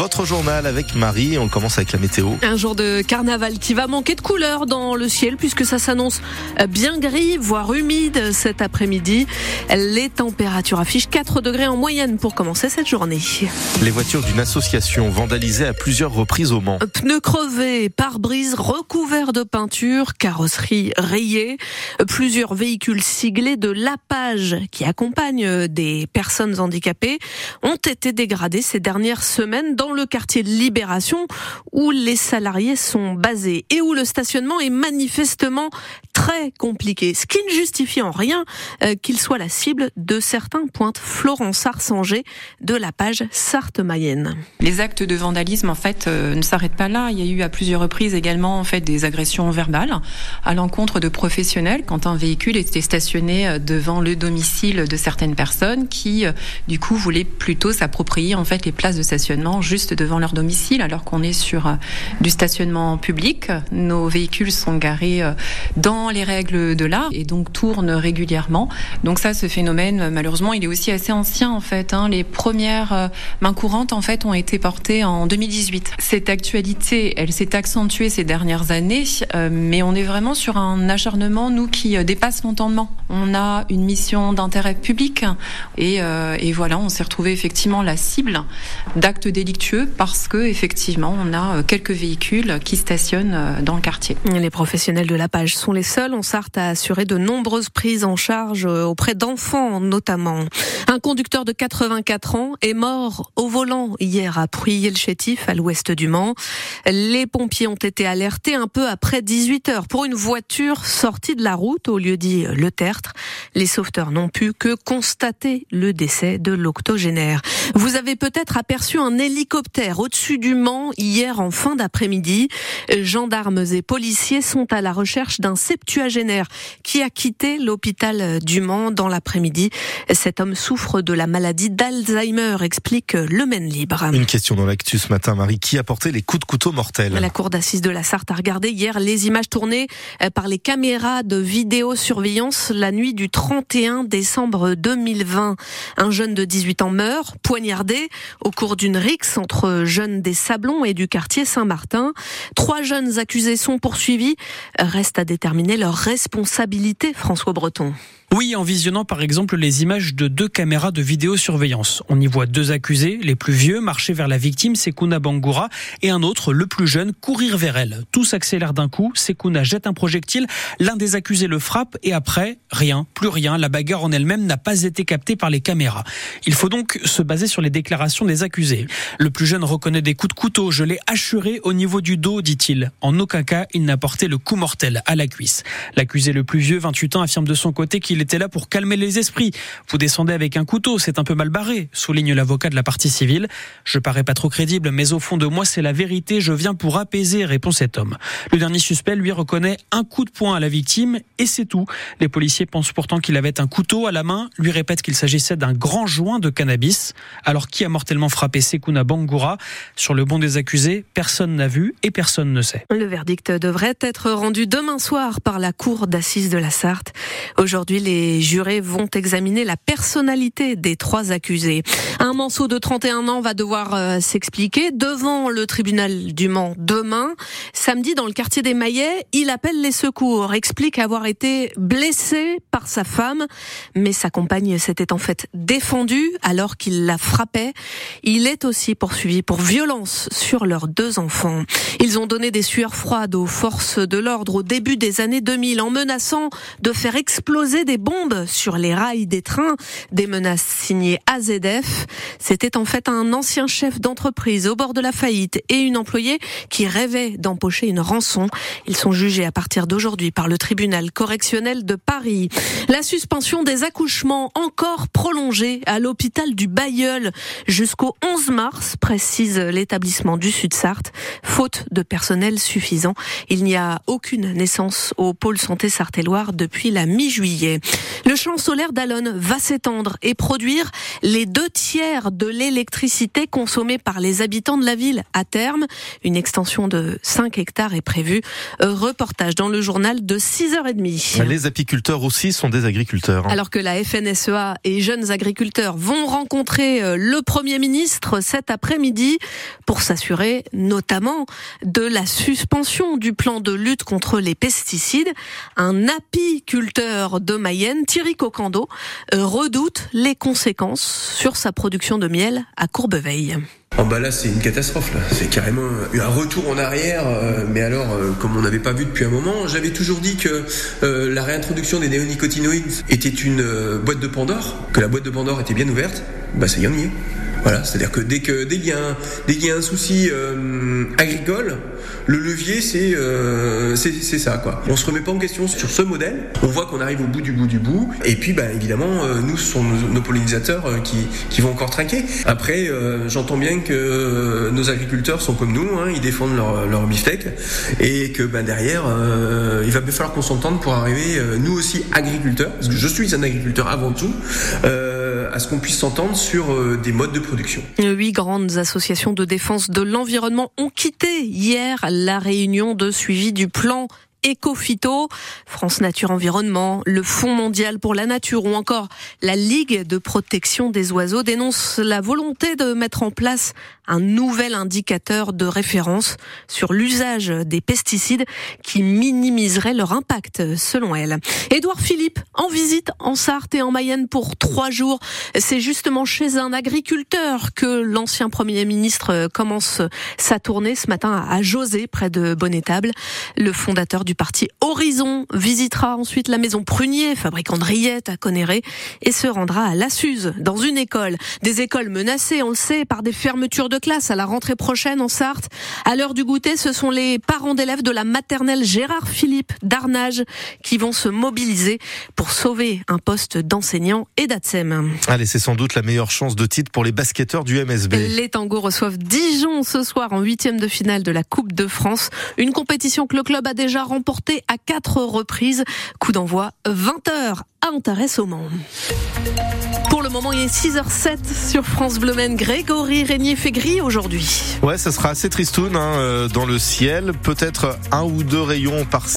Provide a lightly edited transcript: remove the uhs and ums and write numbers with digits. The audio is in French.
Votre journal avec Marie, on commence avec la météo. Un jour de carnaval qui va manquer de couleur dans le ciel puisque ça s'annonce bien gris, voire humide cet après-midi. Les températures affichent 4 degrés en moyenne pour commencer cette journée. Les voitures d'une association vandalisées à plusieurs reprises au Mans. Pneus crevés, pare-brise recouverts de peinture, carrosserie rayée. Plusieurs véhicules siglés de l'APAGE qui accompagnent des personnes handicapées ont été dégradés ces dernières semaines dans le quartier de Libération où les salariés sont basés et où le stationnement est manifestement très compliqué, ce qui ne justifie en rien qu'il soit la cible de certains, pointe Florence Arsanger de l'APAGE Sarthe-Mayenne. Les actes de vandalisme en fait ne s'arrêtent pas là. Il y a eu à plusieurs reprises également en fait des agressions verbales à l'encontre de professionnels quand un véhicule était stationné devant le domicile de certaines personnes qui du coup voulaient plutôt s'approprier en fait les places de stationnement juste devant leur domicile alors qu'on est sur du stationnement public. Nos véhicules sont garés dans les règles de l'art et donc tournent régulièrement. Donc ça, ce phénomène, malheureusement, il est aussi assez ancien en fait. Les premières mains courantes en fait ont été portées en 2018. Cette actualité, elle s'est accentuée ces dernières années, mais on est vraiment sur un acharnement, nous, qui dépasse l'entendement. On a une mission d'intérêt public et voilà, on s'est retrouvé effectivement la cible d'actes délictueux parce que effectivement, on a quelques véhicules qui stationnent dans le quartier. Les professionnels de l'APAGE sont les seuls en Sarthe à assurer de nombreuses prises en charge auprès d'enfants notamment. Un conducteur de 84 ans est mort au volant hier à Pouilly-le-Chétif à l'ouest du Mans. Les pompiers ont été alertés un peu après 18h pour une voiture sortie de la route au lieu dit Le Tertre. Les sauveteurs n'ont pu que constater le décès de l'octogénaire. Vous avez peut-être aperçu un hélicoptère au-dessus du Mans hier en fin d'après-midi. Gendarmes et policiers sont à la recherche d'un septuagénaire qui a quitté l'hôpital du Mans dans l'après-midi. Cet homme souffre de la maladie d'Alzheimer, explique Le Maine Libre. Une question dans l'actu ce matin, Marie. Qui a porté les coups de couteau mortels ? La cour d'assises de la Sarthe a regardé hier les images tournées par les caméras de vidéosurveillance la nuit du 31 décembre 2020. Un jeune de 18 ans meurt, poignardé, au cours d'une rixe entre jeunes des Sablons et du quartier Saint-Martin. 3 jeunes accusés sont poursuivis. Reste à déterminer leur responsabilité, François Breton. Oui, en visionnant par exemple les images de 2 caméras de vidéosurveillance. On y voit 2 accusés, les plus vieux, marcher vers la victime, Sekouna Bangoura, et un autre, le plus jeune, courir vers elle. Tout s'accélère d'un coup, Sekouna jette un projectile, l'un des accusés le frappe, et après, rien, plus rien. La bagarre en elle-même n'a pas été captée par les caméras. Il faut donc se baser sur les déclarations des accusés. Le plus jeune reconnaît des coups de couteau, je l'ai hachuré au niveau du dos, dit-il. En aucun cas, il n'a porté le coup mortel à la cuisse. L'accusé le plus vieux, 28 ans, affirme de son côté qu'il était là pour calmer les esprits. Vous descendez avec un couteau, c'est un peu mal barré, souligne l'avocat de la partie civile. Je parais pas trop crédible, mais au fond de moi, c'est la vérité. Je viens pour apaiser, répond cet homme. Le dernier suspect, lui, reconnaît un coup de poing à la victime et c'est tout. Les policiers pensent pourtant qu'il avait un couteau à la main, lui répètent qu'il s'agissait d'un grand joint de cannabis. Alors qui a mortellement frappé Sekouna Bangoura ? Sur le banc des accusés, personne n'a vu et personne ne sait. Le verdict devrait être rendu demain soir par la cour d'assises de la Sarthe. Aujourd'hui, les jurés vont examiner la personnalité des 3 accusés. Un Manceau de 31 ans va devoir s'expliquer devant le tribunal du Mans demain. Samedi, dans le quartier des Maillets, il appelle les secours, explique avoir été blessé par sa femme, mais sa compagne s'était en fait défendue alors qu'il la frappait. Il est aussi poursuivi pour violence sur leurs 2 enfants. Ils ont donné des sueurs froides aux forces de l'ordre au début des années 2000 en menaçant de faire exploser des bombes sur les rails des trains, des menaces signées AZF. C'était en fait un ancien chef d'entreprise au bord de la faillite et une employée qui rêvait d'empocher une rançon. Ils sont jugés à partir d'aujourd'hui par le tribunal correctionnel de Paris. La suspension des accouchements encore prolongée à l'hôpital du Bailleul jusqu'au 11 mars, précise l'établissement du Sud-Sarthe, faute de personnel suffisant. Il n'y a aucune naissance au pôle santé Sarthe-et-Loire depuis la mi-juillet. Le champ solaire d'Allonnes va s'étendre et produire les 2/3 de l'électricité consommée par les habitants de la ville. À terme, une extension de 5 hectares est prévue. Reportage dans le journal de 6h30. Les apiculteurs aussi sont des agriculteurs. Alors que la FNSEA et Jeunes Agriculteurs vont rencontrer le Premier ministre cet après-midi pour s'assurer notamment de la suspension du plan de lutte contre les pesticides. Un apiculteur de Mayenne, Thierry Cocando, redoute les conséquences sur sa production de miel à Courbeveille. Oh bah là c'est une catastrophe là. C'est carrément un retour en arrière, mais alors comme on n'avait pas vu depuis un moment. J'avais toujours dit que la réintroduction des néonicotinoïdes était une boîte de Pandore, que la boîte de Pandore était bien ouverte. Bah ça y en est. Voilà, c'est-à-dire que dès qu'il y a un souci agricole, le levier c'est ça quoi. On se remet pas en question sur ce modèle. On voit qu'on arrive au bout du bout. Et puis évidemment nous ce sont nos pollinisateurs qui vont encore trinquer. Après j'entends bien que nos agriculteurs sont comme nous, ils défendent leur beefsteak et que derrière il va bien falloir qu'on s'entende pour arriver nous aussi agriculteurs, parce que je suis un agriculteur avant tout. À ce qu'on puisse s'entendre sur des modes de production. 8 grandes associations de défense de l'environnement ont quitté hier la réunion de suivi du plan Éco-Phyto, France Nature Environnement, le Fonds mondial pour la nature ou encore la Ligue de protection des oiseaux dénoncent la volonté de mettre en place un nouvel indicateur de référence sur l'usage des pesticides qui minimiserait leur impact, selon elle. Édouard Philippe, en visite en Sarthe et en Mayenne pour 3 jours. C'est justement chez un agriculteur que l'ancien Premier ministre commence sa tournée ce matin à José, près de Bonnétable. Le fondateur du parti Horizon visitera ensuite la maison Prunier, fabricant de rillettes à Connerré, et se rendra à La Suze, dans une école. Des écoles menacées, on le sait, par des fermetures de classe à la rentrée prochaine en Sarthe. À l'heure du goûter, ce sont les parents d'élèves de la maternelle Gérard Philippe d'Arnage qui vont se mobiliser pour sauver un poste d'enseignant et d'ATSEM. Allez, c'est sans doute la meilleure chance de titre pour les basketteurs du MSB. Les Tangos reçoivent Dijon ce soir en 8e de finale de la Coupe de France. Une compétition que le club a déjà remportée à 4 reprises. Coup d'envoi 20h à Antares-au-Mans. Pour le moment, il est 6h07 sur France Bleu Maine. Grégory Régnier fait gris aujourd'hui. Ouais, ça sera assez tristoun dans le ciel. Peut-être 1 ou 2 rayons par